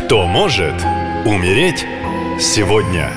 Кто может умереть сегодня?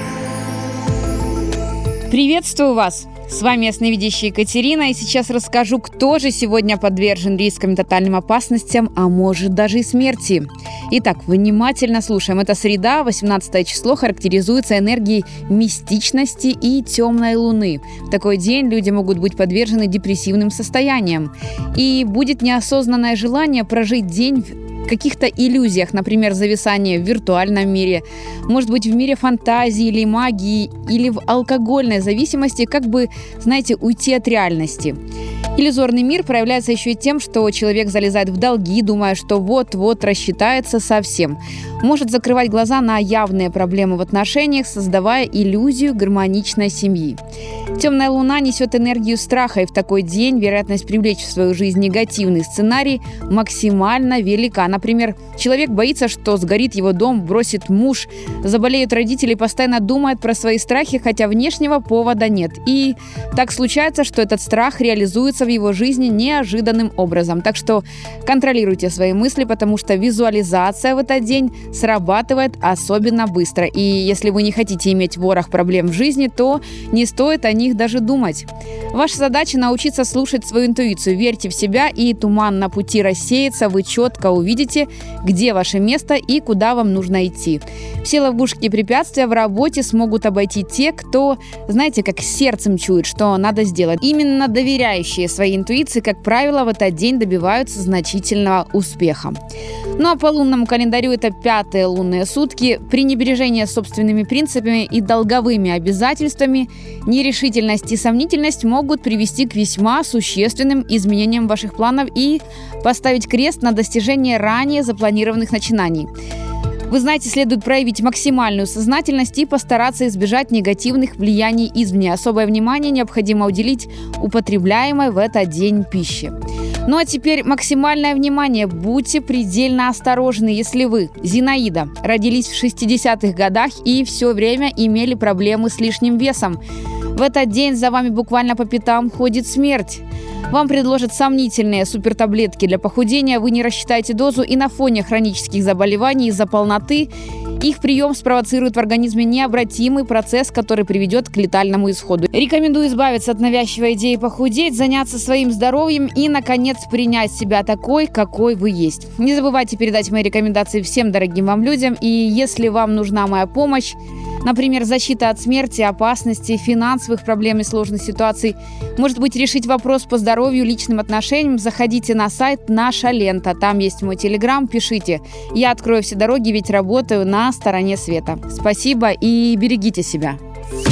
Приветствую вас! С вами ясновидящая Екатерина, и сейчас расскажу, кто же сегодня подвержен рискам и тотальным опасностям, а может даже и смерти. Итак, внимательно слушаем. Это среда, 18 число, характеризуется энергией мистичности и темной луны. В такой день люди могут быть подвержены депрессивным состояниям. И будет неосознанное желание прожить день в каких-то иллюзиях, например, зависание в виртуальном мире, может быть, в мире фантазии или магии, или в алкогольной зависимости, как бы, знаете, уйти от реальности. Иллюзорный мир проявляется еще и тем, что человек залезает в долги, думая, что вот-вот рассчитается совсем. Может закрывать глаза на явные проблемы в отношениях, создавая иллюзию гармоничной семьи. Темная луна несет энергию страха, и в такой день вероятность привлечь в свою жизнь негативный сценарий максимально велика. Например, человек боится, что сгорит его дом, бросит муж, заболеют родители, постоянно думает про свои страхи, хотя внешнего повода нет. И так случается, что этот страх реализуется в его жизни неожиданным образом. Так что контролируйте свои мысли, потому что визуализация в этот день срабатывает особенно быстро. И если вы не хотите иметь ворох проблем в жизни, то не стоит о них даже думать. Ваша задача — научиться слушать свою интуицию. Верьте в себя, и туман на пути рассеется. Вы четко увидите, где ваше место и куда вам нужно идти. Все ловушки и препятствия в работе смогут обойти те, кто, знаете, как сердцем чует, что надо сделать. Именно доверяющие своей интуиции, как правило, в этот день добиваются значительного успеха. Ну а по лунному календарю это 5-е лунные сутки. Пренебрежение собственными принципами и долговыми обязательствами, нерешительность и сомнительность могут привести к весьма существенным изменениям ваших планов и поставить крест на достижение ранее запланированных начинаний. Вы знаете, следует проявить максимальную сознательность и постараться избежать негативных влияний извне. Особое внимание необходимо уделить употребляемой в этот день пище. Ну а теперь максимальное внимание. Будьте предельно осторожны, если вы, Зинаида, родились в 60-х годах и все время имели проблемы с лишним весом. В этот день за вами буквально по пятам ходит смерть. Вам предложат сомнительные супертаблетки для похудения, вы не рассчитаете дозу, и на фоне хронических заболеваний из-за полноты их прием спровоцирует в организме необратимый процесс, который приведет к летальному исходу. Рекомендую избавиться от навязчивой идеи похудеть, заняться своим здоровьем и, наконец, принять себя такой, какой вы есть. Не забывайте передать мои рекомендации всем дорогим вам людям, и если вам нужна моя помощь, например, защита от смерти, опасности, финансовых проблем и сложных ситуаций, может быть, решить вопрос по здоровью, личным отношениям, заходите на сайт «Наша лента». Там есть мой телеграм, пишите. Я открою все дороги, ведь работаю на стороне света. Спасибо и берегите себя.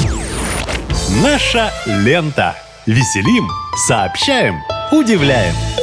Наша лента. Веселим, сообщаем, удивляем.